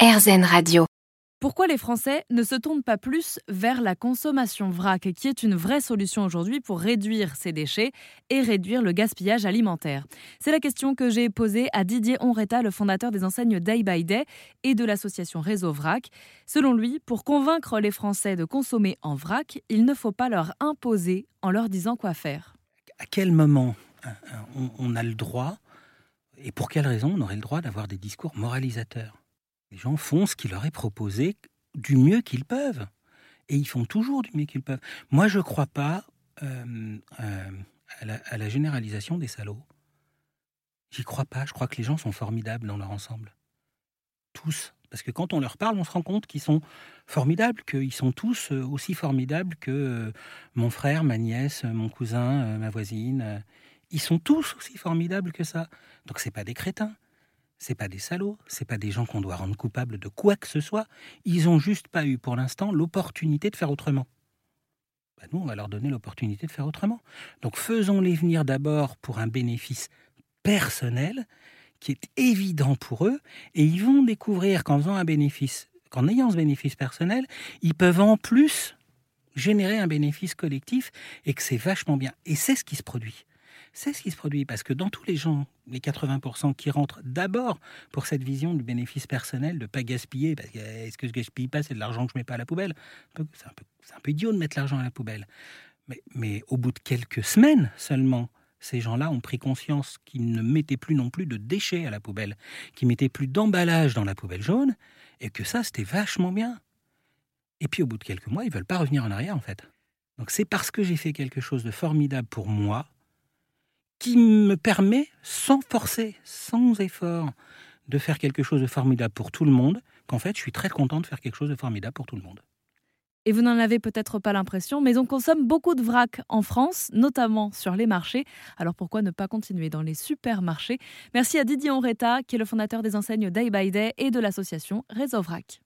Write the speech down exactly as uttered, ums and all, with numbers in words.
RZN Radio. Pourquoi les Français ne se tournent pas plus vers la consommation vrac, qui est une vraie solution aujourd'hui pour réduire ces déchets et réduire le gaspillage alimentaire? C'est la question que j'ai posée à Didier Onreta, le fondateur des enseignes Day by Day et de l'association Réseau Vrac. Selon lui, pour convaincre les Français de consommer en vrac, il ne faut pas leur imposer en leur disant quoi faire. À quel moment on, on a le droit, et pour quelle raison on aurait le droit d'avoir des discours moralisateurs? Les gens font ce qui leur est proposé du mieux qu'ils peuvent. Et ils font toujours du mieux qu'ils peuvent. Moi, je ne crois pas euh, euh, à, la, à la généralisation des salauds. J'y crois pas. Je crois que les gens sont formidables dans leur ensemble. Tous. Parce que quand on leur parle, on se rend compte qu'ils sont formidables, qu'ils sont tous aussi formidables que mon frère, ma nièce, mon cousin, ma voisine. Ils sont tous aussi formidables que ça. Donc, ce n'est pas des crétins. C'est pas des salauds, c'est pas des gens qu'on doit rendre coupables de quoi que ce soit. Ils ont juste pas eu pour l'instant l'opportunité de faire autrement. Ben nous, on va leur donner l'opportunité de faire autrement. Donc faisons-les venir d'abord pour un bénéfice personnel qui est évident pour eux, et ils vont découvrir qu'en faisant un bénéfice, qu'en ayant ce bénéfice personnel, ils peuvent en plus générer un bénéfice collectif et que c'est vachement bien. Et c'est ce qui se produit. C'est ce qui se produit, parce que dans tous les gens, les quatre-vingts pour cent qui rentrent d'abord pour cette vision du bénéfice personnel, de ne pas gaspiller, parce que est-ce que je ne gaspille pas, c'est de l'argent que je ne mets pas à la poubelle. C'est un peu, c'est un peu idiot de mettre l'argent à la poubelle. Mais, mais au bout de quelques semaines seulement, ces gens-là ont pris conscience qu'ils ne mettaient plus non plus de déchets à la poubelle, qu'ils ne mettaient plus d'emballage dans la poubelle jaune, et que ça, c'était vachement bien. Et puis au bout de quelques mois, ils ne veulent pas revenir en arrière, en fait. Donc c'est parce que j'ai fait quelque chose de formidable pour moi, qui me permet, sans forcer, sans effort, de faire quelque chose de formidable pour tout le monde, qu'en fait, je suis très content de faire quelque chose de formidable pour tout le monde. Et vous n'en avez peut-être pas l'impression, mais on consomme beaucoup de vrac en France, notamment sur les marchés. Alors pourquoi ne pas continuer dans les supermarchés? Merci à Didier Onreta, qui est le fondateur des enseignes Day by Day et de l'association Réseau Vrac.